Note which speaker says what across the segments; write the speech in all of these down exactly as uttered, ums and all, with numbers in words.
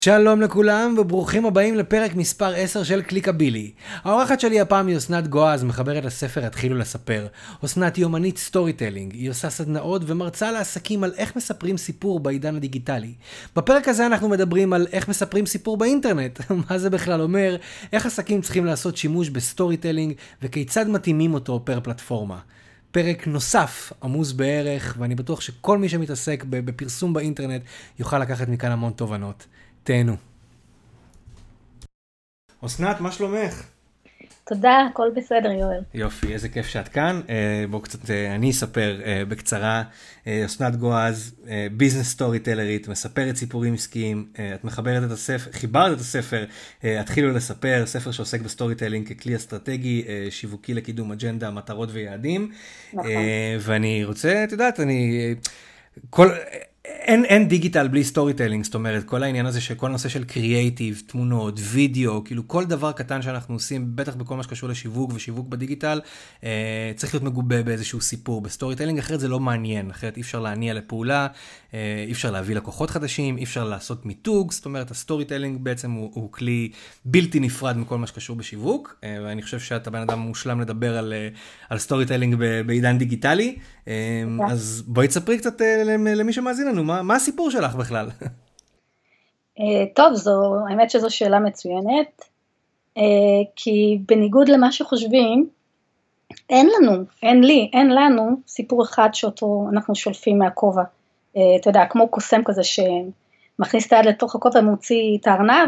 Speaker 1: שלום לכולם וברוכים הבאים לפרק מספר עשר של קליקבילי. האורחת שלי הפעם היא אסנת גועז, מחברת הספר התחילו לספר. אסנת היא אומנית סטורי טלינג, היא עושה סדנאות ומרצה לעסקים על איך מספרים סיפור בעידן הדיגיטלי. בפרק הזה אנחנו מדברים על איך מספרים סיפור באינטרנט, מה זה בכלל אומר, איך עסקים צריכים לעשות שימוש בסטורי טלינג וכיצד מתאימים אותו פר פלטפורמה. פרק נוסף, עמוס בערך, ואני בטוח שכל מי שמתעסק בפרסום באינטרנט יוכל לקחת מכאן המון תובנות. תהנו. אסנת, מה שלומך?
Speaker 2: תודה, הכל בסדר יואל.
Speaker 1: יופי, איזה כיף שאת כאן. בואו קצת, אני אספר בקצרה. אסנת גועז, ביזנס סטורי טלרית, מספרת סיפורים עסקיים. את מחברת את הספר, חיברת את הספר, התחילו לספר, ספר שעוסק בסטורי טלינג ככלי אסטרטגי, שיווקי לקידום אג'נדה, מטרות ויעדים.
Speaker 2: נכון.
Speaker 1: ואני רוצה, את יודעת, אני... כל... אין, אין דיגיטל בלי סטורי טיילינג, זאת אומרת, כל העניין הזה שכל נושא של קריאייטיב, תמונות, וידאו, כאילו כל דבר קטן שאנחנו עושים, בטח בכל מה שקשור לשיווק ושיווק בדיגיטל, אה, צריך להיות מגובה באיזשהו סיפור. בסטורי טיילינג אחרת זה לא מעניין, אחרת אי אפשר להניע לפעולה, אה, אי אפשר להביא לקוחות חדשים, אי אפשר לעשות מיתוג, זאת אומרת, הסטורי טיילינג בעצם הוא, הוא כלי בלתי נפרד מכל מה שקשור בשיווק, אה, ואני חושב שאתה בן אדם מושלם לדבר על, על סטורי טיילינג בעידן דיגיטלי, אה, אז בואי תספרי קצת אה, למי שמאזין לנו, מה, מה הסיפור שלך בכלל?
Speaker 2: טוב, זו, האמת שזו שאלה מצוינת, כי בניגוד למה שחושבים, אין לנו, אין לי, אין לנו סיפור אחד שאותו אנחנו שולפים מהכובע. אתה יודע, כמו קוסם כזה שמכניס את היד לתוך הכובע ומוציא את הארנב,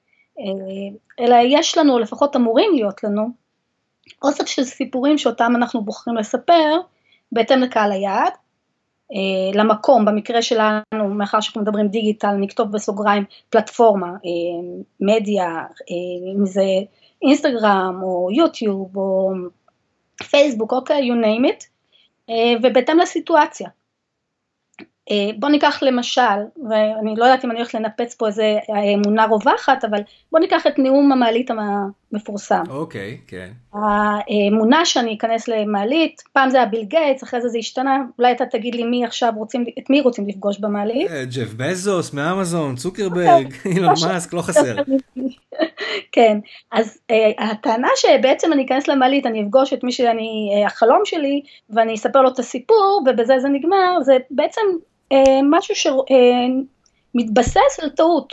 Speaker 2: אלא יש לנו, לפחות אמורים להיות לנו, אוסף של סיפורים שאותם אנחנו בוחרים לספר, בהתאם לקהל היעד, למקום, במקרה שלנו, מאחר שאנחנו מדברים דיגיטל, נכתוב בסוגריים פלטפורמה, מדיה, אם זה אינסטגרם או יוטיוב או פייסבוק, אוקיי, you name it, ובהתאם לסיטואציה. בוא ניקח למשל, ואני לא יודעת אם אני הולכת לנפץ פה איזה אמונה רווחת, אבל בוא ניקח את נאום המעלית המפורסם.
Speaker 1: אוקיי, כן.
Speaker 2: האמונה שאני אכנס למעלית, פעם זה היה ביל גייטס, אחרי זה זה השתנה, אולי אתה תגיד לי מי עכשיו רוצים, את מי רוצים לפגוש במעלית?
Speaker 1: ג'ף בזוס, מאמזון, צוקרברג, אילון מאסק, לא חסר.
Speaker 2: כן, אז הטענה שבעצם אני אכנס למעלית, אני אפגוש את מי שאני, החלום שלי, ואני אספר לו את הסיפור, ובזה זה נגמר, זה בעצם משהו שמתבסס על טעות.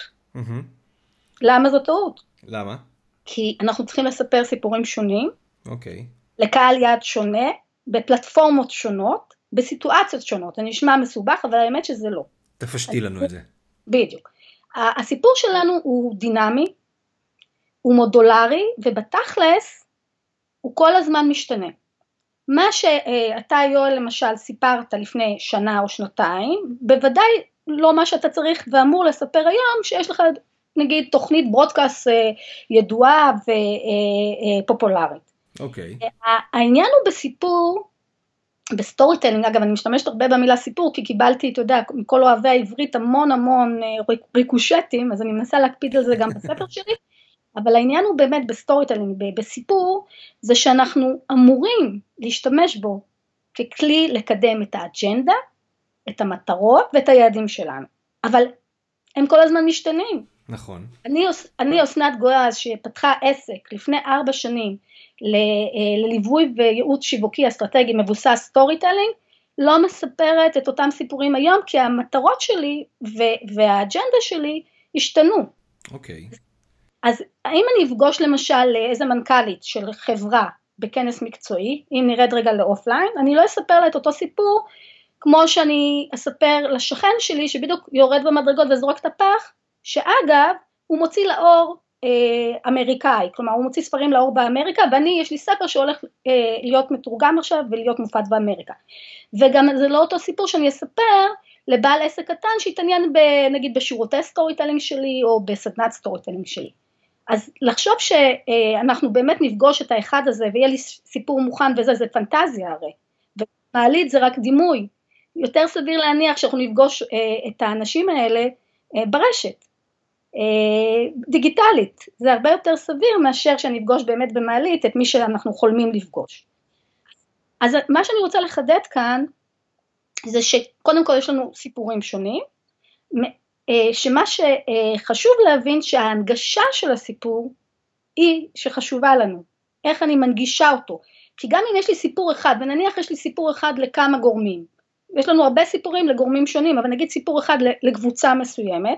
Speaker 2: למה זו טעות?
Speaker 1: למה?
Speaker 2: כי אנחנו צריכים לספר סיפורים שונים,
Speaker 1: אוקיי.
Speaker 2: לקהל יעד שונה, בפלטפורמות שונות, בסיטואציות שונות. זה נשמע מסובך, אבל האמת שזה לא.
Speaker 1: תפשטי לנו את זה.
Speaker 2: בדיוק. הסיפור שלנו הוא דינמי, הוא מודולרי, ובתכלס הוא כל הזמן משתנה. מה שאתה יואל למשל סיפרת לפני שנה או שנתיים, בוודאי לא מה שאתה צריך ואמור לספר היום, שיש לך נגיד תוכנית ברודקאסט ידועה ופופולרית.
Speaker 1: אוקיי.
Speaker 2: העניין הוא בסיפור, בסטורי טיילינג, אגב אני משתמשת הרבה במילה סיפור, כי קיבלתי, אתה יודע, מכל אוהבי העברית המון המון ריקושטים, אז אני מנסה להקפיד על זה גם בספר שלי, אבל העניין הוא באמת בסטורי טיילינג, בסיפור, זה שאנחנו אמורים להשתמש בו ככלי לקדם את האג'נדה, את המטרות ואת היעדים שלנו, אבל הם כל הזמן משתנים.
Speaker 1: נכון.
Speaker 2: אני, אני אסנת גועז שפתחה עסק לפני ארבע שנים לליווי וייעוץ שיווקי אסטרטגי מבוסס סטורי טיילינג, לא מספרת את אותם סיפורים היום, כי המטרות שלי והאג'נדה שלי השתנו.
Speaker 1: אוקיי.
Speaker 2: אז האם אני אפגוש למשל איזה מנכ"לית של חברה בכנס מקצועי, אם נרד רגע לאופליין, אני לא אספר לה את אותו סיפור, כמו שאני אספר לשכן שלי שבדיוק יורד במדרגות וזורק את הפח, שאגב הוא מוציא לאור אה, אמריקאי, כלומר הוא מוציא ספרים לאור באמריקה, ואני יש לי ספר שהולך אה, להיות מתורגם עכשיו ולהיות מופץ באמריקה, וגם זה לא אותו סיפור שאני אספר לבעל עסק קטן שהתעניין נגיד בשירותי סטורי טיילינג שלי או בסדנת סטורי טיילינג שלי. אז לחשוב שאנחנו באמת נפגוש את האחד הזה ויהיה לי סיפור מוכן וזה, זה פנטזיה הרי, ומעלית זה רק דימוי, יותר סביר להניח שאנחנו נפגוש את האנשים האלה ברשת, דיגיטלית, זה הרבה יותר סביר מאשר שאני אפגוש באמת במעלית את מי שאנחנו חולמים לפגוש. אז מה שאני רוצה לחדד כאן, זה שקודם כל יש לנו סיפורים שונים, שמה שחשוב להבין שההנגשה של הסיפור היא שחשובה לנו, איך אני מנגישה אותו, כי גם אם יש לי סיפור אחד, ונניח יש לי סיפור אחד לכמה גורמים, יש לנו הרבה סיפורים לגורמים שונים, אבל נגיד סיפור אחד לקבוצה מסוימת,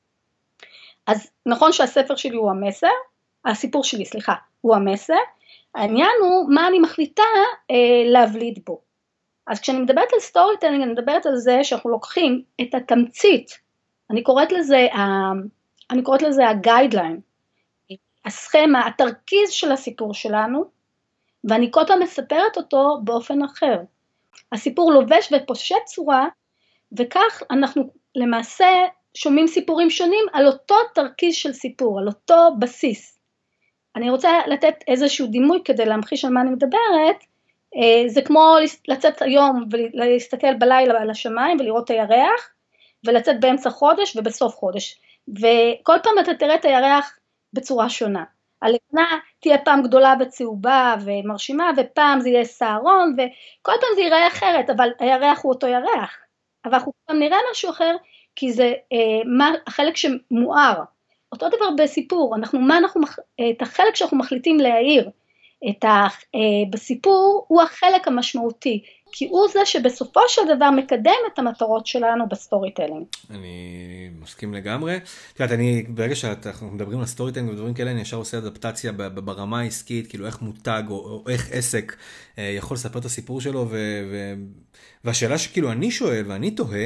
Speaker 2: אז נכון שהספר שלי הוא המסר, הסיפור שלי, סליחה, הוא המסר, העניין הוא מה אני מחליטה אה, להבליט בו. אז כשאני מדברת על סטורי טיילינג, אני מדברת על זה שאנחנו לוקחים את התמצית, אני קוראת לזה, אני קוראת לזה הגיידליין, הסכמה, התרכיז של הסיפור שלנו, ואני כל פעם מספרת אותו באופן אחר. הסיפור לובש ופושט צורה, וכך אנחנו למעשה שומעים סיפורים שונים על אותו תרכיז של סיפור, על אותו בסיס. אני רוצה לתת איזשהו דימוי כדי להמחיש על מה אני מדברת, זה כמו לצאת היום ולהסתכל בלילה על השמיים ולראות את הירח, ולצאת באמצע חודש ובסוף חודש, וכל פעם אתה תראה את הירח בצורה שונה. הלבנה תהיה פעם גדולה וצהובה ומרשימה, ופעם זה יהיה סערון, וכל פעם זה ייראה אחרת, אבל הירח הוא אותו ירח, אבל אנחנו פעם נראה משהו אחר, כי זה אה, מה, החלק שמואר. אותו דבר בסיפור, אנחנו, מה אנחנו, את החלק שאנחנו מחליטים להעיר, את ה, אה, בסיפור הוא החלק המשמעותי, כי הוא זה שבסופו של דבר מקדם את המטרות שלנו בסטורי טיילינג.
Speaker 1: אני מסכים לגמרי. תראה, אני, ברגע שאנחנו מדברים על סטורי טיילינג ודברים כאלה, אני ישר עושה אדפטציה ברמה העסקית, כאילו איך מותג או, או איך עסק יכול לספר את הסיפור שלו, ו, ו, והשאלה שכאילו אני שואל ואני תוהה,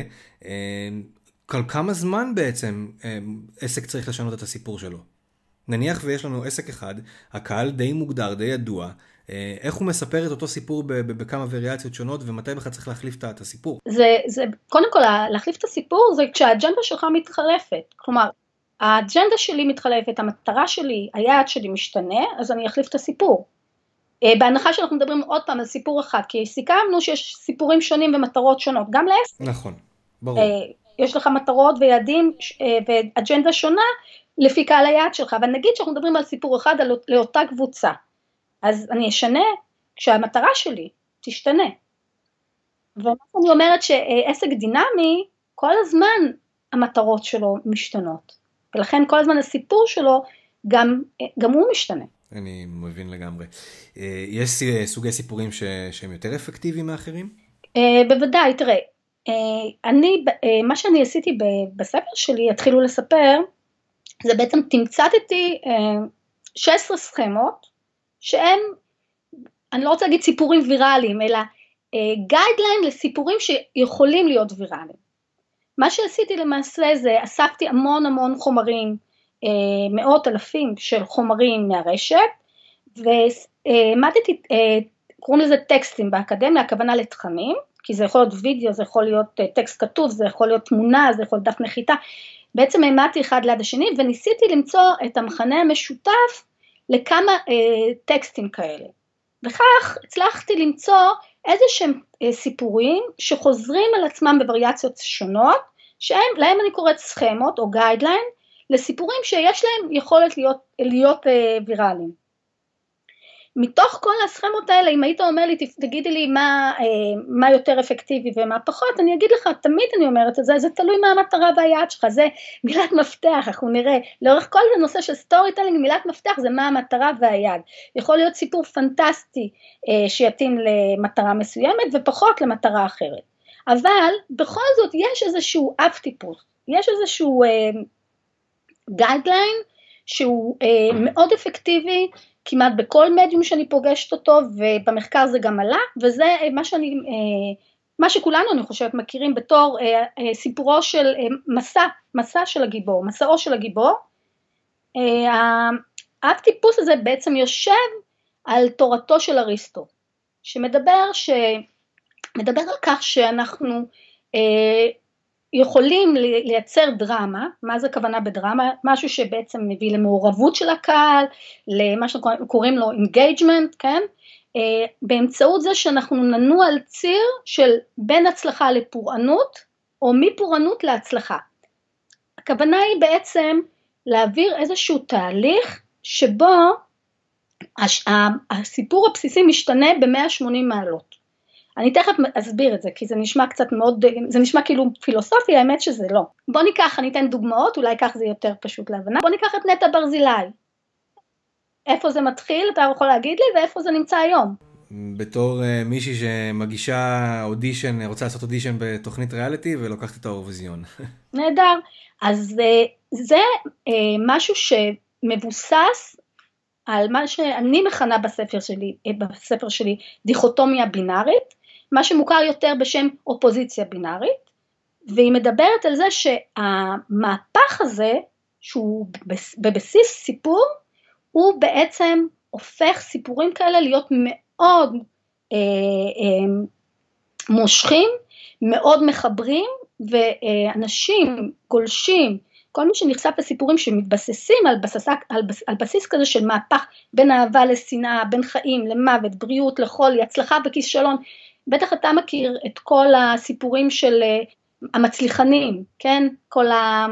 Speaker 1: כל כמה זמן בעצם עסק צריך לשנות את הסיפור שלו? נניח ויש לנו עסק אחד, הקהל די מוגדר, די ידוע, איך הוא מספר את אותו סיפור בכמה וריאציות שונות, ומתי בכלל צריך להחליף את הסיפור?
Speaker 2: זה, זה, קודם כל, להחליף את הסיפור זה כשהאג'נדה שלך מתחלפת. כלומר, האג'נדה שלי מתחלפת, המטרה שלי, היעד שלי משתנה, אז אני אחליף את הסיפור. בהנחה שאנחנו מדברים עוד פעם על סיפור אחד, כי סיכמנו שיש סיפורים שונים ומטרות שונות, גם לעסק.
Speaker 1: נכון, ברור.
Speaker 2: יש לך מטרות ויעדים ואג'נדה שונה לפי קהל היעד שלך, אבל נגיד שאנחנו מדברים על סיפור אחד על, לאותה קבוצה, אז אני אשנה כשהמטרה שלי תשתנה. ומה אני אומרת שעסק דינמי, כל הזמן המטרות שלו משתנות, ולכן כל הזמן הסיפור שלו גם, גם הוא משתנה.
Speaker 1: אני מבין לגמרי. יש סוגי סיפורים ש, שהם יותר אפקטיביים מאחרים?
Speaker 2: בוודאי, תראה, אני, מה שאני עשיתי בספר שלי, התחילו לספר, זה בעצם תמצתתי שש עשרה סכמות, שהם, אני לא רוצה להגיד סיפורים ויראליים, אלא גיידליין לסיפורים שיכולים להיות ויראליים. מה שעשיתי למעשה זה, אספתי המון המון חומרים, מאות אלפים של חומרים מהרשת, ומדתי, קוראים לזה טקסטים באקדמיה, הכוונה לתכנים, כי זה יכול להיות וידאו, זה יכול להיות טקסט כתוב, זה יכול להיות תמונה, זה יכול להיות דף נחיתה, בעצם העמדתי אחד ליד השני, וניסיתי למצוא את המכנה המשותף לכמה אה, טקסטים כאלה. וכך הצלחתי למצוא איזה שהם אה, סיפורים שחוזרים על עצמם בווריאציות שונות, שהם, להם אני קוראת סכמות או גיידליין, לסיפורים שיש להם יכולת להיות, להיות אה, ויראליים. מתוך כל הסכמות האלה, אם היית אומר לי, תגידי לי מה, מה יותר אפקטיבי ומה פחות, אני אגיד לך, תמיד אני אומרת את זה, זה תלוי מה המטרה והיעד שלך, זה מילת מפתח, אנחנו נראה, לאורך כל הנושא של סטורי טיילינג, מילת מפתח זה מה המטרה והיעד, יכול להיות סיפור פנטסטי שיתאים למטרה מסוימת, ופחות למטרה אחרת, אבל בכל זאת יש איזשהו אב טיפוס, יש איזשהו גיידליין, שהוא מאוד אפקטיבי, כמעט בכל מדיום שאני פוגשת אותו, ובמחקר זה גם עלה, וזה מה שאני, מה שכולנו אני חושבת מכירים בתור סיפורו של מסע, מסע של הגיבור, מסעו של הגיבור. האב טיפוס הזה בעצם יושב על תורתו של אריסטו, שמדבר ש, מדבר על כך שאנחנו יכולים לייצר דרמה, מה זה הכוונה בדרמה? משהו שבעצם מביא למעורבות של הקהל, למה שקוראים לו engagement, כן? באמצעות זה שאנחנו ננוע על ציר של בין הצלחה לפורענות, או מפורענות להצלחה. הכוונה היא בעצם להעביר איזשהו תהליך, שבו הסיפור הבסיסי משתנה ב-מאה ושמונים מעלות. אני תכף אסביר את זה, כי זה נשמע קצת מאוד, זה נשמע כאילו פילוסופי, האמת שזה לא. בוא ניקח, אני אתן דוגמאות, אולי כך זה יותר פשוט להבנה. בוא ניקח את נטע ברזילי. איפה זה מתחיל, אתה יכול להגיד לי, ואיפה זה נמצא היום?
Speaker 1: בתור uh, מישהי שמגישה אודישן, רוצה לעשות אודישן בתוכנית ריאליטי, ולוקחת את האירוויזיון.
Speaker 2: נהדר. אז uh, זה uh, משהו שמבוסס על מה שאני מכנה בספר שלי, בספר שלי דיכוטומיה בינארית, מה שמוכר יותר בשם אופוזיציה בינארית, והיא מדברת על זה שהמהפך הזה, שהוא בבסיס סיפור, הוא בעצם הופך סיפורים כאלה להיות מאוד אה, אה, מושכים, מאוד מחברים, ואנשים גולשים, כל מי שנחשף לסיפורים שמתבססים על, בסס, על, על בסיס כזה של מהפך, בין אהבה לשנאה, בין חיים למוות, בריאות לחולי, הצלחה בכישלון, בטח אתה מכיר את כל הסיפורים של המצליחנים, כן? כל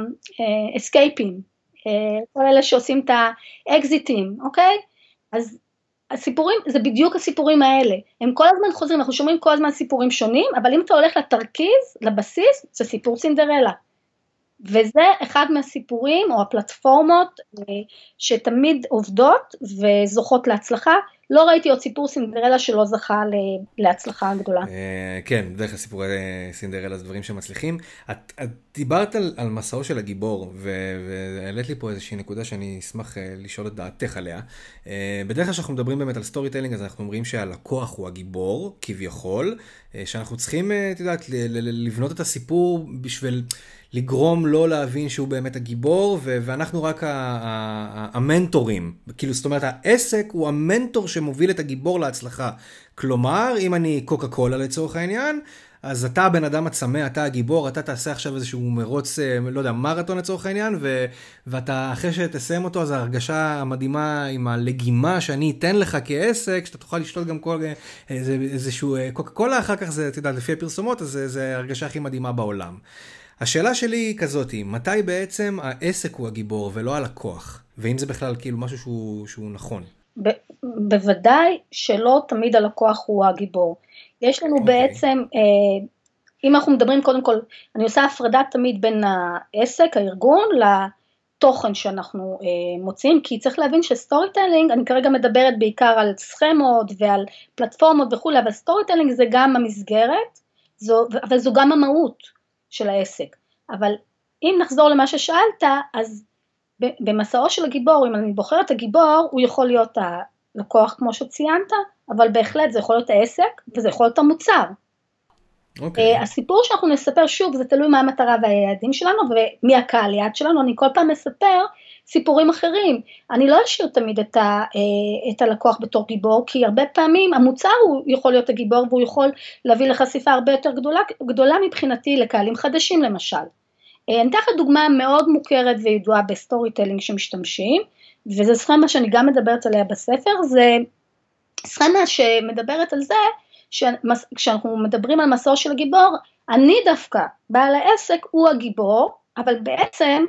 Speaker 2: האסקייפים, כל אלה שעושים את האקזיטים, אוקיי? אז הסיפורים, זה בדיוק הסיפורים האלה, הם כל הזמן חוזרים, אנחנו שומעים כל הזמן סיפורים שונים, אבל אם אתה הולך לתרכיז, לבסיס, זה סיפור סינדרלה. וזה אחד מהסיפורים או הפלטפורמות שתמיד עובדות וזוכות להצלחה. לא ראיתי עוד סיפור סינדרלה שלא זכה להצלחה גדולה.
Speaker 1: כן, בדרך כלל סיפורי סינדרלה זה דברים שמצליחים. את דיברת על מסעו של הגיבור, והעלית לי פה איזושהי נקודה שאני אשמח לשאול את דעתך עליה. בדרך כלל שאנחנו מדברים באמת על סטורי טיילינג, אז אנחנו אומרים שהלקוח הוא הגיבור, כביכול, שאנחנו צריכים, את יודעת, לבנות את הסיפור בשביל לגרום לא להבין שהוא באמת הגיבור, ואנחנו רק המנטורים. כאילו, זאת אומרת, העסק הוא המנטור שמוביל את הגיבור להצלחה. כלומר, אם אני קוקה קולה לצורך העניין, אז אתה הבן אדם הצמא, אתה הגיבור, אתה תעשה עכשיו איזשהו מרוץ, לא יודע, מרתון לצורך העניין, ו- ואתה אחרי שתסיים אותו, אז ההרגשה המדהימה עם הלגימה שאני אתן לך כעסק, שאתה תוכל לשתות גם כל איזה, איזשהו קוקה קולה, אחר כך זה, אתה יודע, לפי הפרסומות, אז זה, זה ההרגשה הכי מדהימה בעולם. השאלה שלי היא כזאת, מתי בעצם העסק הוא הגיבור ולא הלקוח? ואם זה בכלל כאילו משהו שהוא, שהוא נכון?
Speaker 2: ב- בוודאי שלא תמיד הלקוח הוא הגיבור. יש לנו okay. בעצם, אה, אם אנחנו מדברים קודם כל, אני עושה הפרדה תמיד בין העסק, הארגון, לתוכן שאנחנו אה, מוצאים, כי צריך להבין שסטורי טיילינג, אני כרגע מדברת בעיקר על סכמות ועל פלטפורמות וכו', אבל סטורי טיילינג זה גם המסגרת, זו, אבל זו גם המהות של העסק. אבל אם נחזור למה ששאלת, אז במסעו של הגיבור, אם אני בוחרת את הגיבור, הוא יכול להיות הלקוח כמו שציינת, אבל בהחלט זה יכול להיות העסק, וזה יכול להיות המוצר. Okay. הסיפור שאנחנו נספר שוב, זה תלוי מה המטרה והיעדים שלנו, ומי הקהל יעד שלנו. אני כל פעם מספר סיפורים אחרים. אני לא אשאיר תמיד את, ה, את הלקוח בתור גיבור, כי הרבה פעמים המוצר הוא יכול להיות הגיבור, והוא יכול להביא לחשיפה הרבה יותר גדולה, גדולה מבחינתי לקהלים חדשים למשל. אני אתן לך דוגמה מאוד מוכרת וידועה בסטורי טיילינג שמשתמשים, וזה סכמה שאני גם מדברת עליה בספר, זה סכמה שמדברת על זה, כשאנחנו מדברים על מסעו של הגיבור, אני דווקא, בעל העסק הוא הגיבור, אבל בעצם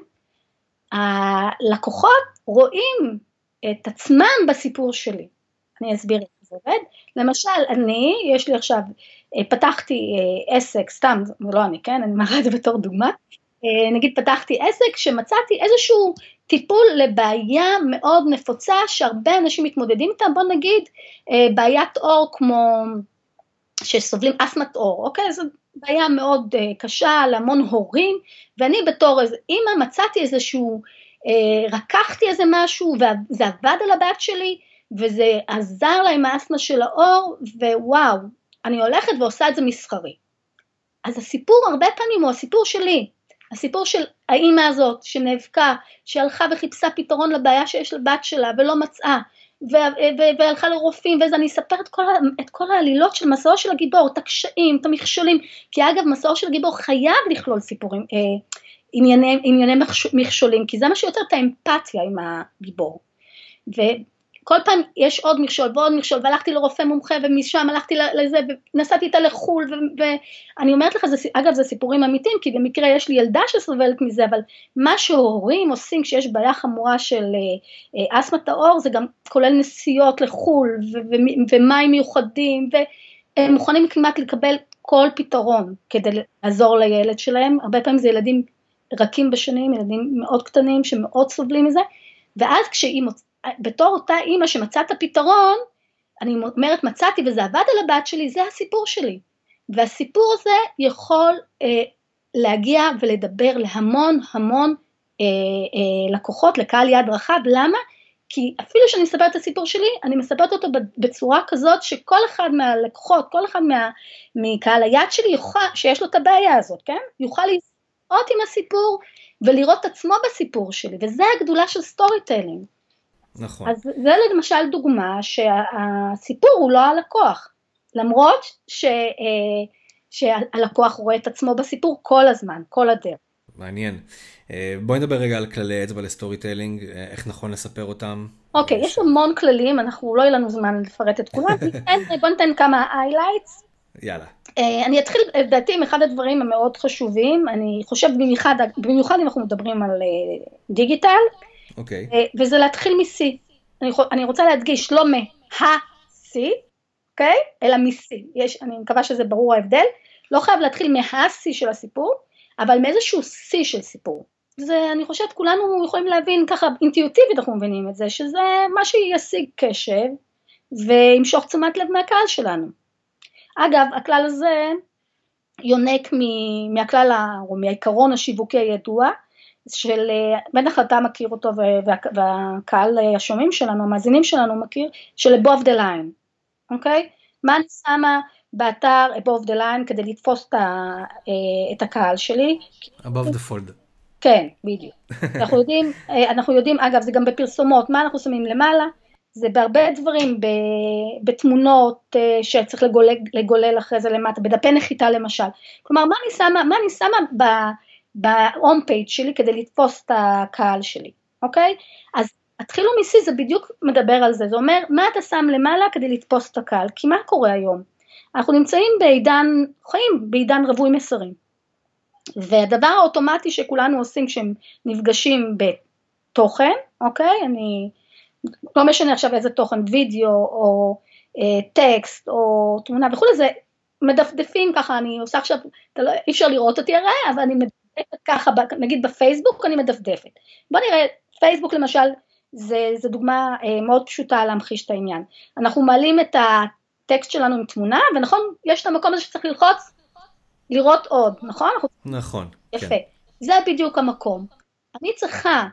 Speaker 2: הלקוחות רואים את עצמם בסיפור שלי. אני אסביר איך זה עובד. למשל, אני, יש לי עכשיו, פתחתי עסק, סתם, לא אני, כן, אני מראה את זה בתור דוגמה, נגיד פתחתי עסק שמצאתי איזשהו טיפול לבעיה מאוד נפוצה שהרבה אנשים מתמודדים איתה, בוא נגיד בעיית אור כמו שסובלים אסמת אור, אוקיי? זו בעיה מאוד קשה להמון הורים, ואני בתור איזה אמא מצאתי איזשהו, רקחתי איזה משהו וזה עבד על הבת שלי וזה עזר לה עם האסמה של האור, ווואו, אני הולכת ועושה את זה מסחרי. אז הסיפור הרבה פעמים הוא הסיפור שלי, הסיפור של האמא הזאת שנאבקה, שהלכה וחיפשה פתרון לבעיה שיש לבת שלה ולא מצאה, והלכה לרופאים, ואז אני אספר את כל, את כל העלילות של מסעו של הגיבור, את הקשיים, את המכשולים, כי אגב מסעו של הגיבור חייב לכלול סיפורים, אה, ענייני, ענייני מכשולים, כי זה מה שיותר את האמפתיה עם הגיבור, וכל פעם יש עוד מכשול ועוד מכשול, והלכתי לרופא מומחה, ומשם הלכתי לזה, ונסעתי איתה לחול, ואני אומרת לך, זה, אגב זה סיפורים אמיתיים, כי במקרה יש לי ילדה שסובלת מזה, אבל מה שהורים עושים כשיש בעיה חמורה של אסמת האור, זה גם כולל נסיעות לחול, ומים מיוחדים, הם מוכנים כמעט לקבל כל פתרון כדי לעזור לילד שלהם, הרבה פעמים זה ילדים רכים בשנים, ילדים מאוד קטנים שמאוד סובלים מזה, ואז כשהיא, בתור אותה אימא שמצאת הפתרון, אני אומרת מצאתי וזה עבד על הבת שלי, זה הסיפור שלי, והסיפור הזה יכול אה, להגיע ולדבר להמון המון אה, אה, לקוחות, לקהל יד רחב, למה? כי אפילו שאני מספרת את הסיפור שלי, אני מספרת אותו בצורה כזאת, שכל אחד מהלקוחות, כל אחד מה, מקהל היד שלי, יוכל, שיש לו את הבעיה הזאת, כן? יוכל לראות עם הסיפור, ולראות את עצמו בסיפור שלי, וזה הגדולה של סטורי טיילינג.
Speaker 1: נכון.
Speaker 2: אז זה למשל דוגמה, שהסיפור הוא לא הלקוח, למרות ש, שהלקוח רואה את עצמו בסיפור כל הזמן, כל הדרך.
Speaker 1: מעניין. בואי נדבר רגע על כללי אצבע לסטורי טיילינג, איך נכון לספר אותם.
Speaker 2: אוקיי, יש המון כללים, אנחנו לא יהיה לנו זמן לפרט את כולם, בוא ניתן כמה highlights.
Speaker 1: יאללה.
Speaker 2: אני אתחיל לדעתי עם אחד הדברים המאוד חשובים, אני חושב במיוחד, במיוחד אם אנחנו מדברים על דיגיטל,
Speaker 1: אוקיי.
Speaker 2: וזה להתחיל מ-C. אני רוצה להדגיש, לא מה-C, אוקיי? אלא מ-C. אני מקווה שזה ברור ההבדל, לא חייב להתחיל מה-C של הסיפור, אבל מאיזשהו C של סיפור. זה, אני חושבת, כולנו יכולים להבין ככה, אינטואיטיבית אנחנו מבינים את זה, שזה מה שישיג קשב, וימשוך תשומת לב מהקהל שלנו. אגב, הכלל הזה יונק מהכלל, או מהעיקרון השיווקי הידוע, של, בטח אתה מכיר אותו, והקהל השומעים שלנו, המאזינים שלנו מכיר, של above the line, אוקיי? מה אני שמה באתר above the line, כדי לתפוס את הקהל שלי?
Speaker 1: above the fold.
Speaker 2: כן, בדיוק. אנחנו יודעים, אנחנו יודעים, אגב, זה גם בפרסומות, מה אנחנו שמים למעלה? זה בהרבה דברים, בתמונות שצריך לגולל, לגולל אחרי זה למטה, בדפי נחיתה למשל. כלומר, מה אני שמה, מה אני שמה בהום פייג' שלי כדי לתפוס את הקהל שלי, אוקיי? אז התחילו מ-C, זה בדיוק מדבר על זה, זה אומר, מה אתה שם למעלה כדי לתפוס את הקהל? כי מה קורה היום? אנחנו נמצאים בעידן, חיים בעידן רווי מסרים. והדבר האוטומטי שכולנו עושים כשהם נפגשים בתוכן, אוקיי? אני לא משנה עכשיו איזה תוכן, וידאו או אה, טקסט או תמונה וכו', זה מדפדפים ככה, אני עושה עכשיו, לא, אי אפשר לראות אותי הרי, אבל אני מדפדפת ככה, נגיד בפייסבוק אני מדפדפת. בוא נראה, פייסבוק למשל, זה, זה דוגמה אה, מאוד פשוטה להמחיש את העניין. אנחנו מעלים את הטקסט שלנו עם תמונה, ונכון, יש את המקום הזה שצריך ללחוץ, לראות עוד, נכון?
Speaker 1: נכון.
Speaker 2: יפה.
Speaker 1: כן.
Speaker 2: זה בדיוק המקום. אני צריכה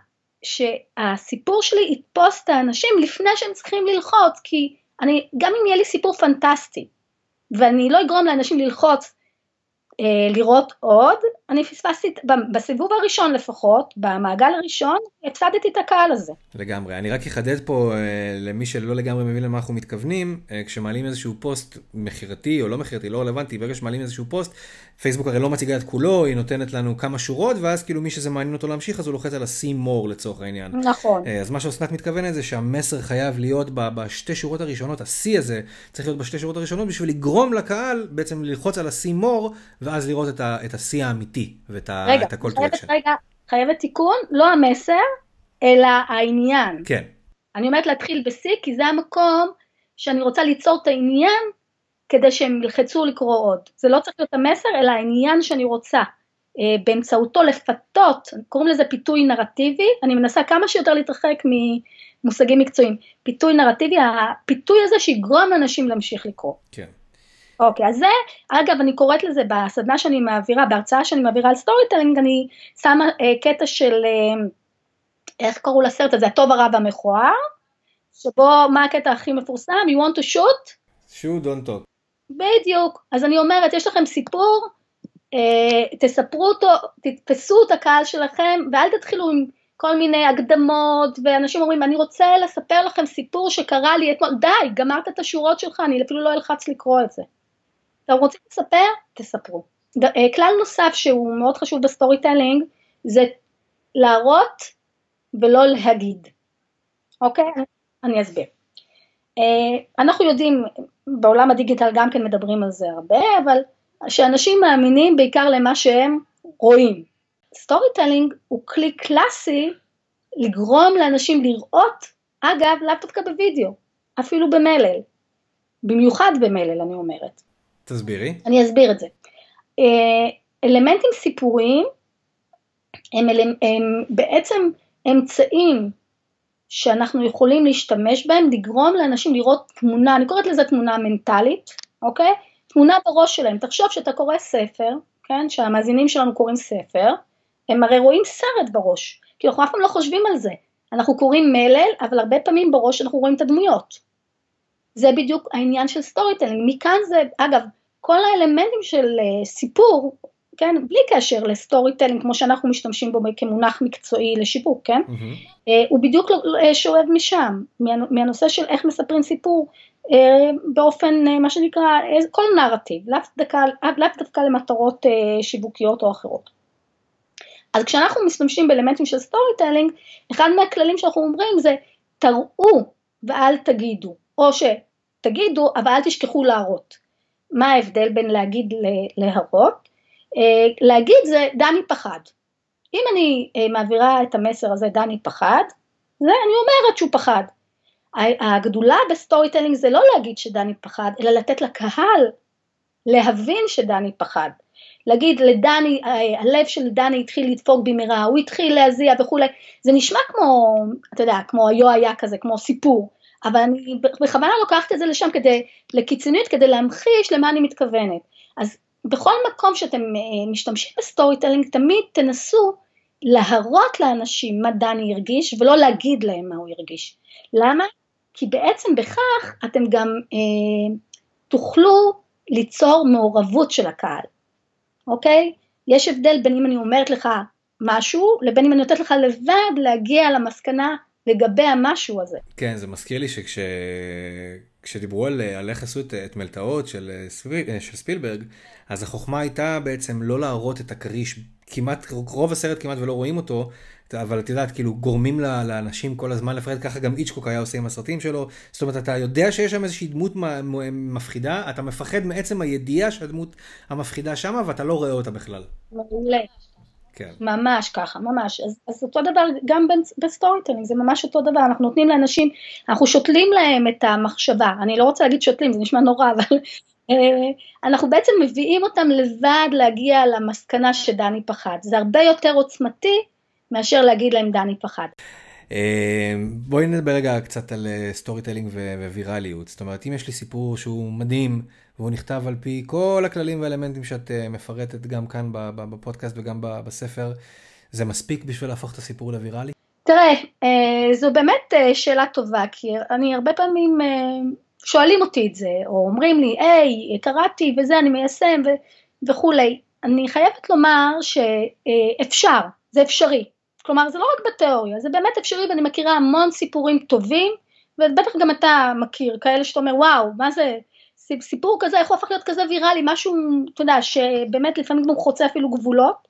Speaker 2: שהסיפור שלי יתפוס את האנשים לפני שהם צריכים ללחוץ, כי אני, גם אם יהיה לי סיפור פנטסטי, ואני לא אגרום לאנשים ללחוץ, אה, לראות עוד, אני פספסתי, בסיבוב הראשון לפחות, במעגל הראשון, הפסדתי את הקהל הזה.
Speaker 1: לגמרי. אני רק אחדד פה, אה, למי שלא לגמרי מבין למה אנחנו מתכוונים, אה, כשמעלים איזשהו פוסט מחירתי או לא מחירתי, לא רלוונטי, ברגע שמעלים איזשהו פוסט, פייסבוק הרי לא מציגה את כולו, היא נותנת לנו כמה שורות, ואז כאילו מי שזה מעניין אותו להמשיך, אז הוא לוחץ על ה-see more לצורך העניין.
Speaker 2: נכון.
Speaker 1: אה, אז מה שאוסנת מתכוונת זה שהמסר חייב להיות בשתי שורות הראשונות, ה-C הזה צריך להיות בשתי שורות הראשונות, בשביל לגרום לקהל בעצם ללחוץ על ה-see more, ואז לראות את ה- את ה-C האמיתי, ואת ה-
Speaker 2: רגע,
Speaker 1: את ה-call to
Speaker 2: חייבת,
Speaker 1: action.
Speaker 2: רגע, חייבת תיקון, לא המסר, אלא העניין.
Speaker 1: כן.
Speaker 2: אני אומרת להתחיל ב-C, כי זה המקום שאני רוצה ליצור את העניין, כדי שהם ילחצו לקרוא עוד. זה לא צריך להיות המסר, אלא העניין שאני רוצה, אה, באמצעותו לפתות, קוראים לזה פיתוי נרטיבי, אני מנסה כמה שיותר להתרחק ממושגים מקצועיים, פיתוי נרטיבי, הפיתוי הזה שיגרום לאנשים להמשיך לקרוא.
Speaker 1: כן.
Speaker 2: אוקיי, אז זה, אגב, אני קוראת לזה בסדנה שאני מעבירה, בהרצאה שאני מעבירה על סטורי טיילינג, אני שמה אה, קטע של, אה, איך קראו לסרט הזה, הטוב הרע והמכוער, שבו, מה הקטע הכי מפורסם? You want to shoot?
Speaker 1: shoot, don't talk.
Speaker 2: בדיוק, אז אני אומרת, יש לכם סיפור, אה, תספרו אותו, תתפסו את הקהל שלכם, ואל תתחילו עם כל מיני הקדמות, ואנשים אומרים, אני רוצה לספר לכם סיפור שקרה לי אתמול, די, גמרת את השורות שלך, אני אפילו לא אלחץ לקרוא את זה. אתם רוצים לספר? תספרו. כלל נוסף שהוא מאוד חשוב בסטורי טיילינג, זה להראות ולא להגיד. אוקיי? אני אסביר. אנחנו יודעים, בעולם הדיגיטל גם כן מדברים על זה הרבה, אבל שאנשים מאמינים בעיקר למה שהם רואים. סטורי טיילינג הוא כלי קלאסי לגרום לאנשים לראות, אגב, לאו דווקא בווידאו, אפילו במלל. במיוחד במלל, אני אומרת.
Speaker 1: תסבירי.
Speaker 2: אני אסביר את זה. אלמנטים סיפוריים הם, הם, הם בעצם אמצעים שאנחנו יכולים להשתמש בהם, לגרום לאנשים לראות תמונה, אני קוראת לזה תמונה מנטלית, אוקיי? תמונה בראש שלהם. תחשוב שאתה קורא ספר, כן? שהמאזינים שלנו קוראים ספר, הם הרי רואים סרט בראש, כי אנחנו אף פעם לא חושבים על זה. אנחנו קוראים מלל, אבל הרבה פעמים בראש אנחנו רואים את הדמויות. זה בדיוק העניין של סטורי טלינג. מכאן זה, אגב, כל האלמנטים של uh, סיפור, כן, בלי קשר לסטורי טלינג, כמו שאנחנו משתמשים בו כמונח מקצועי לשיווק, כן, mm-hmm. uh, הוא בדיוק uh, שואב משם, מה, מהנושא של איך מספרים סיפור, uh, באופן, uh, מה שנקרא, uh, כל נרטיב, לאו דווקא, לאו דווקא למטרות uh, שיווקיות או אחרות. אז כשאנחנו משתמשים באלמנטים של סטורי טלינג, אחד מהכללים שאנחנו אומרים זה, תראו ואל תגידו, או שתגידו, אבל אל תשכחו להראות. מה ההבדל בין להגיד להראות? להגיד זה דני פחד. אם אני מעבירה את המסר הזה דני פחד, זה אני אומרת שהוא פחד. הגדולה בסטורי טלינג זה לא להגיד שדני פחד, אלא לתת לקהל להבין שדני פחד. להגיד לדני, הלב של דני התחיל לדפוק במהרה, הוא התחיל להזיע וכו'. זה נשמע כמו, אתה יודע, כמו היו היה כזה, כמו סיפור. אבל אני בכוונה לוקחת את זה לשם כדי, לקיצונית, כדי להמחיש למה אני מתכוונת. אז בכל מקום שאתם משתמשים בסטורי טלינג, תמיד תנסו להראות לאנשים מה דני הרגיש, ולא להגיד להם מה הוא הרגיש. למה? כי בעצם בכך אתם גם אה, תוכלו ליצור מעורבות של הקהל. אוקיי? יש הבדל בין אם אני אומרת לך משהו, לבין אם אני נותנת לך לבד להגיע למסקנה לגבי המשהו הזה.
Speaker 1: כן, זה מזכיר לי שכשדיברו על, על איך עשו את, את מלטעות של, של ספילברג, אז החוכמה הייתה בעצם לא להראות את הקריש, כמעט, רוב הסרט כמעט ולא רואים אותו, אבל את יודעת, כאילו גורמים לאנשים כל הזמן לפחד, ככה גם איצ'קוק היה עושה עם הסרטים שלו, זאת אומרת, אתה יודע שיש שם איזושהי דמות מפחידה, אתה מפחד מעצם הידיעה שהדמות המפחידה שמה, ואתה לא רואה אותה בכלל.
Speaker 2: מעולה.
Speaker 1: כן.
Speaker 2: ממש ככה, ממש. אז, אז אותו דבר גם בסטורי טלינג, זה ממש אותו דבר, אנחנו נותנים לאנשים, אנחנו שותלים להם את המחשבה, אני לא רוצה להגיד שותלים, זה נשמע נורא, אבל אנחנו בעצם מביאים אותם לבד להגיע למסקנה שדני פחד, זה הרבה יותר עוצמתי, מאשר להגיד להם דני פחד.
Speaker 1: בואי נדבר רגע קצת על סטורי טלינג ווירליות, זאת אומרת, אם יש לי סיפור שהוא מדהים, והוא נכתב על פי כל הכללים והאלמנטים שאת מפרטת גם כאן בפודקאסט וגם בספר, זה מספיק בשביל להפוך את הסיפור לווירלי?
Speaker 2: תראה, זו באמת שאלה טובה, כי אני הרבה פעמים שואלים אותי את זה, או אומרים לי, היי, קראתי וזה, אני מיישם וכולי. אני חייבת לומר שאפשר, זה אפשרי. כלומר, זה לא רק בתיאוריה, זה באמת אפשרי, ואני מכירה המון סיפורים טובים, ובטח גם אתה מכיר, כאלה שאתה אומר, וואו, מה זה, סיפור כזה, איך הוא הפך להיות כזה ויראלי, משהו, אתה יודע, שבאמת לפעמים הוא חוצה אפילו גבולות,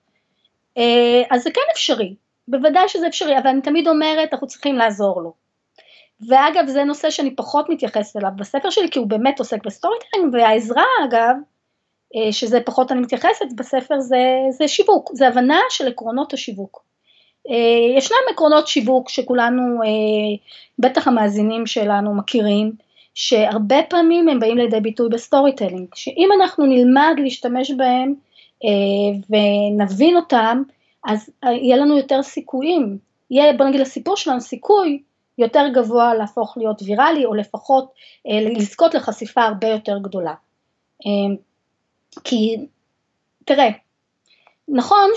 Speaker 2: אז זה כן אפשרי, בוודאי שזה אפשרי, אבל אני תמיד אומרת, אנחנו צריכים לעזור לו. ואגב, זה נושא שאני פחות מתייחסת אליו בספר שלי, כי הוא באמת עוסק בסטורי טלינג, והעזרה, אגב, שזה פחות אני מתייחסת בספר, זה, זה שיווק, זה הבנה של עקרונות השיווק. ישנם עקרונות שיווק שכולנו, בטח המאזינים שלנו מכירים, שהרבה פעמים הם באים לידי ביטוי בסטורי טלינג, שאם אנחנו נלמד להשתמש בהם ונבין אותם, אז יהיה לנו יותר סיכויים, יהיה בוא נגיד לסיפור שלנו סיכוי יותר גבוה להפוך להיות ויראלי, או לפחות לזכות לחשיפה הרבה יותר גדולה. כי תראה, נכון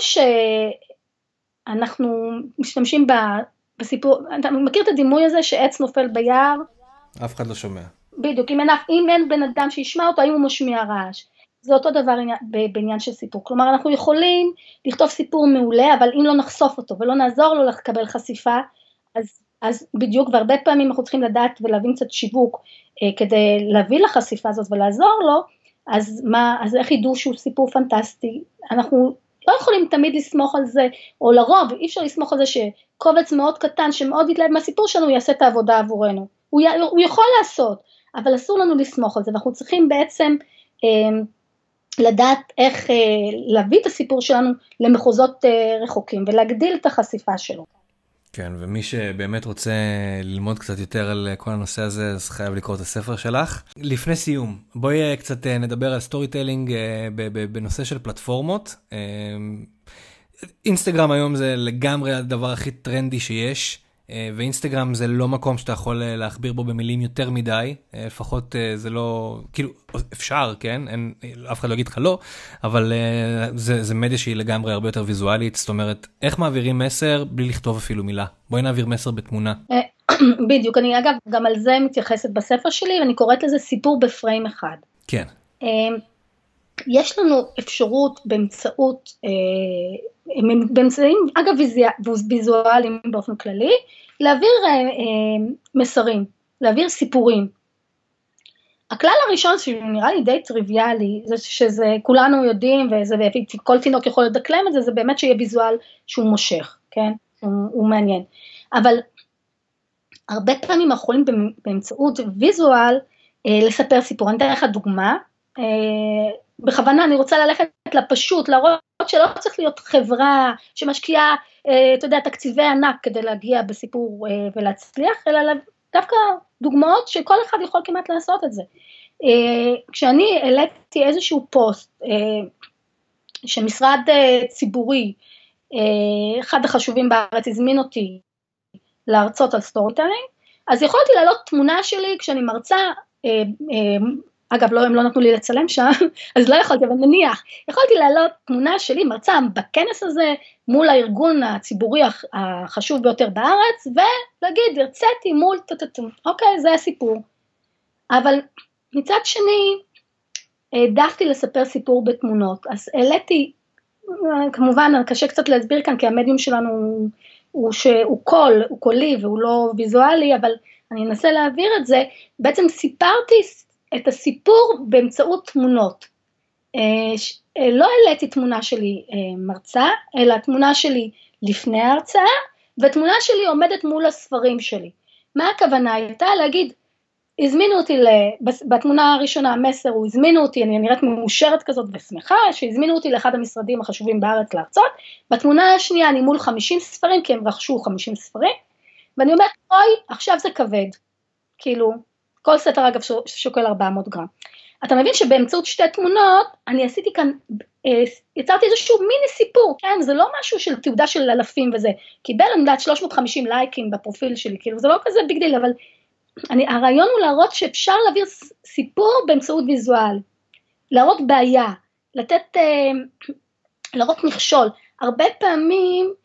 Speaker 2: שאנחנו משתמשים בסיפור, אתה מכיר את הדימוי הזה שעץ נופל ביער?
Speaker 1: אף אחד לא שומע.
Speaker 2: בדיוק, אם אין, אם אין בן אדם שישמע אותו, האם הוא משמיע רעש. זה אותו דבר בעניין של סיפור. כלומר, אנחנו יכולים לכתוב סיפור מעולה, אבל אם לא נחשוף אותו ולא נעזור לו לקבל חשיפה, אז, אז בדיוק, והרבה פעמים אנחנו צריכים לדעת ולהבין קצת שיווק, אה, כדי להביא לחשיפה הזאת ולעזור לו, אז, מה, אז איך ידעו שהוא סיפור פנטסטי? אנחנו לא יכולים תמיד לסמוך על זה, או לרוב, אי אפשר לסמוך על זה שקובץ מאוד קטן, שמאוד יתלהב מהסיפור שלנו, יעשה את העבודה עבורנו. הוא, י, הוא יכול לעשות, אבל אסור לנו לסמוך על זה, ואנחנו צריכים בעצם אה, לדעת איך אה, להביא את הסיפור שלנו למחוזות אה, רחוקים, ולהגדיל את החשיפה שלו.
Speaker 1: כן, ומי שבאמת רוצה ללמוד קצת יותר על כל הנושא הזה, אז חייב לקרוא את הספר שלך. לפני סיום, בואי קצת נדבר על סטורי טיילינג בנושא של פלטפורמות. אינסטגרם היום זה לגמרי הדבר הכי טרנדי שיש, ואינסטגרם זה לא מקום שאתה יכול להכביר בו במילים יותר מדי, לפחות זה לא, כאילו, אפשר, כן? אין, אף אחד לא יגיד לך לא, אבל זה, זה מדיה שהיא לגמרי הרבה יותר ויזואלית, זאת אומרת, איך מעבירים מסר בלי לכתוב אפילו מילה? בואי נעביר מסר בתמונה.
Speaker 2: בדיוק, אני אגב גם על זה מתייחסת בספר שלי, ואני קוראת לזה סיפור בפריים אחד.
Speaker 1: כן.
Speaker 2: יש לנו אפשרות באמצעות, באמצעים, אגב ויזואליים באופן כללי, להעביר מסרים, להעביר סיפורים. הכלל הראשון שנראה לי די טריוויאלי, זה שזה כולנו יודעים, וכל תינוק יכול לדקלם את זה, זה באמת שיהיה ויזואל שהוא מושך, כן? הוא, הוא מעניין. אבל הרבה פעמים אנחנו יכולים באמצעות ויזואל לספר סיפור. אני אתן לך דוגמה, בכוונה אני רוצה ללכת לפשוט, להראות שלא צריך להיות חברה שמשקיעה, אתה יודע, תקציבי ענק כדי להגיע בסיפור ולהצליח, אלא דווקא דוגמאות שכל אחד יכול כמעט לעשות את זה. כשאני העליתי איזשהו פוסט, שמשרד ציבורי, אחד החשובים בארץ הזמין אותי להרצות על סטורי טיילינג, אז יכולתי להעלות תמונה שלי כשאני מרצה, אגב, לא, הם לא נתנו לי לצלם שם, אז לא יכולתי, אבל נניח, יכולתי להעלות תמונה שלי, מרצה בכנס הזה, מול הארגון הציבורי החשוב ביותר בארץ, ולהגיד, הרציתי מול טטטום, אוקיי, זה הסיפור. אבל מצד שני, העדפתי לספר סיפור בתמונות, אז העליתי, כמובן, קשה קצת להסביר כאן, כי המדיום שלנו הוא, הוא, שהוא קול, הוא קולי, והוא לא ויזואלי, אבל אני אנסה להעביר את זה, בעצם סיפרתי את הסיפור באמצעות תמונות. לא העליתי תמונה שלי מרצה, אלא תמונה שלי לפני ההרצאה, ותמונה שלי עומדת מול הספרים שלי. מה הכוונה הייתה? להגיד, הזמינו אותי, בתמונה הראשונה המסר, הוא הזמינו אותי, אני נראית מאושרת כזאת ושמחה, שהזמינו אותי לאחד המשרדים החשובים בארץ להרצות, בתמונה השנייה אני מול חמישים ספרים, כי הם רכשו חמישים ספרים, ואני אומרת, אוי, עכשיו זה כבד, כאילו, כל ספר אגב שוקל ארבע מאות גרם. אתה מבין שבאמצעות שתי תמונות, אני עשיתי כאן, יצרתי איזשהו מיני סיפור, כן, זה לא משהו של תעודה של אלפים וזה, קיבל אני יודעת שלוש מאות וחמישים לייקים בפרופיל שלי, כאילו זה לא כזה ביג דיל, אבל אני, הרעיון הוא להראות שאפשר להעביר סיפור באמצעות ויזואל, להראות בעיה, לתת, להראות מכשול, הרבה פעמים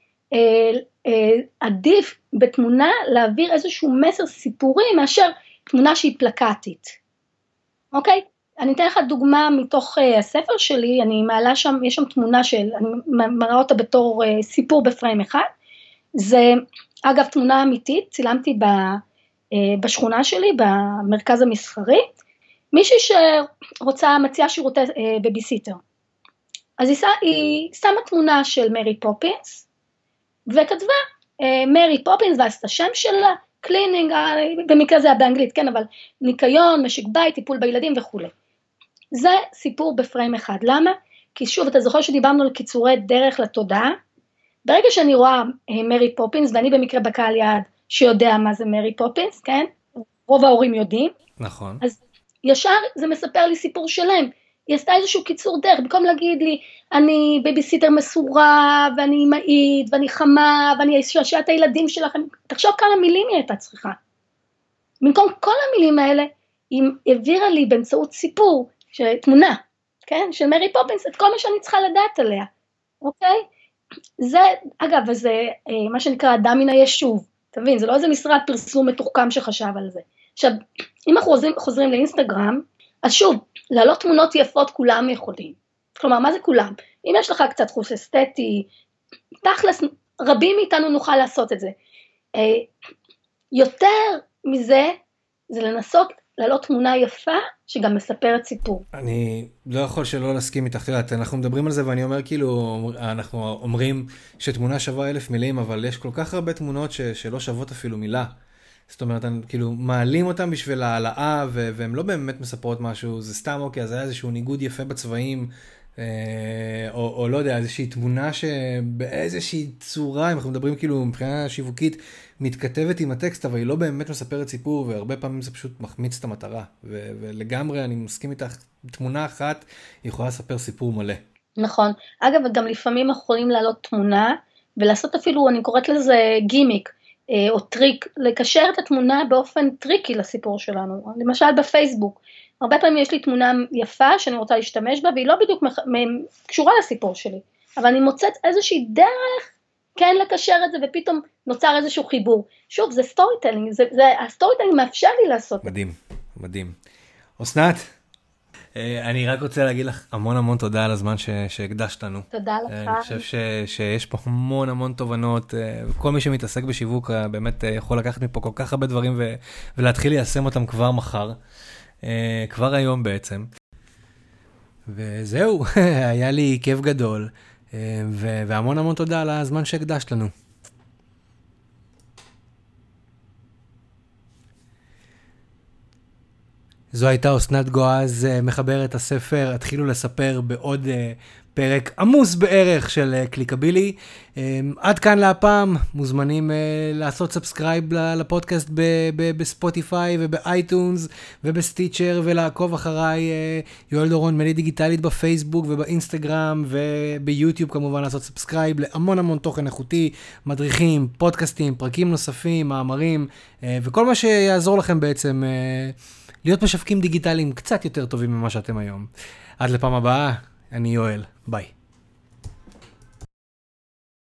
Speaker 2: עדיף בתמונה להעביר איזשהו מסר סיפורי, מאשר תמונה שהיא פלקטית, אוקיי? אני אתן לך דוגמה מתוך uh, הספר שלי, אני מעלה שם, יש שם תמונה של, אני מראה אותה בתור uh, סיפור בפריים אחד, זה אגב תמונה אמיתית, צילמתי ב, uh, בשכונה שלי, במרכז המסחרי, מישהי שרוצה, מציעה שירותי uh, בביסיטר, אז היא, היא שמה תמונה של מרי פופינס, וכתבה uh, מרי פופינס, ועשתה את השם שלה, קלינינג, במקרה זה היה באנגלית, כן, אבל ניקיון, משק בית, טיפול בילדים וכו'. זה סיפור בפריים אחד. למה? כי שוב, אתה זוכר שדיברנו על קיצורי דרך לתודעה? ברגע שאני רואה מרי פופינס, ואני במקרה בקהל יעד שיודע מה זה מרי פופינס, כן? רוב ההורים יודעים.
Speaker 1: נכון.
Speaker 2: אז ישר זה מספר לי סיפור שלם. היא עשתה איזשהו קיצור דרך, במקום להגיד לי, אני בייביסיטר מסורה, ואני אמהית, ואני חמה, ואני אשעשע את הילדים שלכם, תחשוב כמה מילים היא הייתה צריכה. במקום כל המילים האלה, היא העבירה לי באמצעות סיפור, תמונה, כן, של מרי פופינס, את כל מה שאני צריכה לדעת עליה, אוקיי? זה, אגב, זה מה שנקרא אדם מן היישוב, אתה מבין, זה לא איזה משרד פרסום מתוחכם שחשב על זה. עכשיו, אם אנחנו חוזרים, חוזרים לאינסטגרם, אז שוב, לעלות תמונות יפות כולם יכולים. כלומר, מה זה כולם? אם יש לך קצת חוש אסתטי, תכלס, רבים מאיתנו נוכל לעשות את זה. יותר מזה, זה לנסות לעלות תמונה יפה, שגם מספרת סיפור.
Speaker 1: אני לא יכול שלא להסכים איתך, תראה, אנחנו מדברים על זה, ואני אומר כאילו, אנחנו אומרים שתמונה שווה אלף מילים, אבל יש כל כך הרבה תמונות ש- שלא שוות אפילו מילה. זאת אומרת, כאילו, מעלים אותם בשביל העלאה, והן לא באמת מספרות משהו, זה סתם אוקיי, אז היה איזשהו ניגוד יפה בצבעים, או, או לא יודע, איזושהי תמונה שבאיזושהי צורה, אם אנחנו מדברים כאילו מבחינה שיווקית, מתכתבת עם הטקסט, אבל היא לא באמת מספרת סיפור, והרבה פעמים זה פשוט מחמיץ את המטרה. ו- ולגמרי אני מסכים איתך, תמונה אחת יכולה לספר סיפור מלא.
Speaker 2: נכון. אגב, גם לפעמים יכולים לעלות תמונה, ולעשות אפילו, אני קוראת לזה גימיק, או טריק, לקשר את התמונה באופן טריקי לסיפור שלנו. למשל בפייסבוק, הרבה פעמים יש לי תמונה יפה שאני רוצה להשתמש בה, והיא לא בדיוק קשורה לסיפור שלי, אבל אני מוצאת איזושהי דרך כן לקשר את זה, ופתאום נוצר איזשהו חיבור. שוב, זה סטורי טלינג, זה, זה, הסטורי טלינג מאפשר לי לעשות.
Speaker 1: מדהים, מדהים. אסנת, אני רק רוצה להגיד לך המון המון תודה על הזמן ש, שהקדשת לנו.
Speaker 2: תודה לך.
Speaker 1: אני חושב ש, שיש פה המון המון תובנות, כל מי שמתעסק בשיווק באמת יכול לקחת מפה כל כך הרבה דברים ו, ולהתחיל ליישם אותם כבר מחר, כבר היום בעצם. וזהו, היה לי כיף גדול, ו, והמון המון תודה על הזמן שהקדשת לנו. זו הייתה אסנת גועז, מחברת הספר, התחילו לספר בעוד פרק עמוס בערך של קליקבילי. עד כאן להפעם, מוזמנים לעשות סאבסקרייב לפודקאסט בספוטיפיי ובאייטונס ובסטיצ'ר, ולעקוב אחריי יואל דורון, מני דיגיטלית בפייסבוק ובאינסטגרם וביוטיוב, כמובן לעשות סאבסקרייב להמון המון תוכן איכותי, מדריכים, פודקאסטים, פרקים נוספים, מאמרים, וכל מה שיעזור לכם בעצם להיות משווקים דיגיטליים קצת יותר טובים ממה שאתם היום. עד לפעם הבאה, אני יואל, ביי.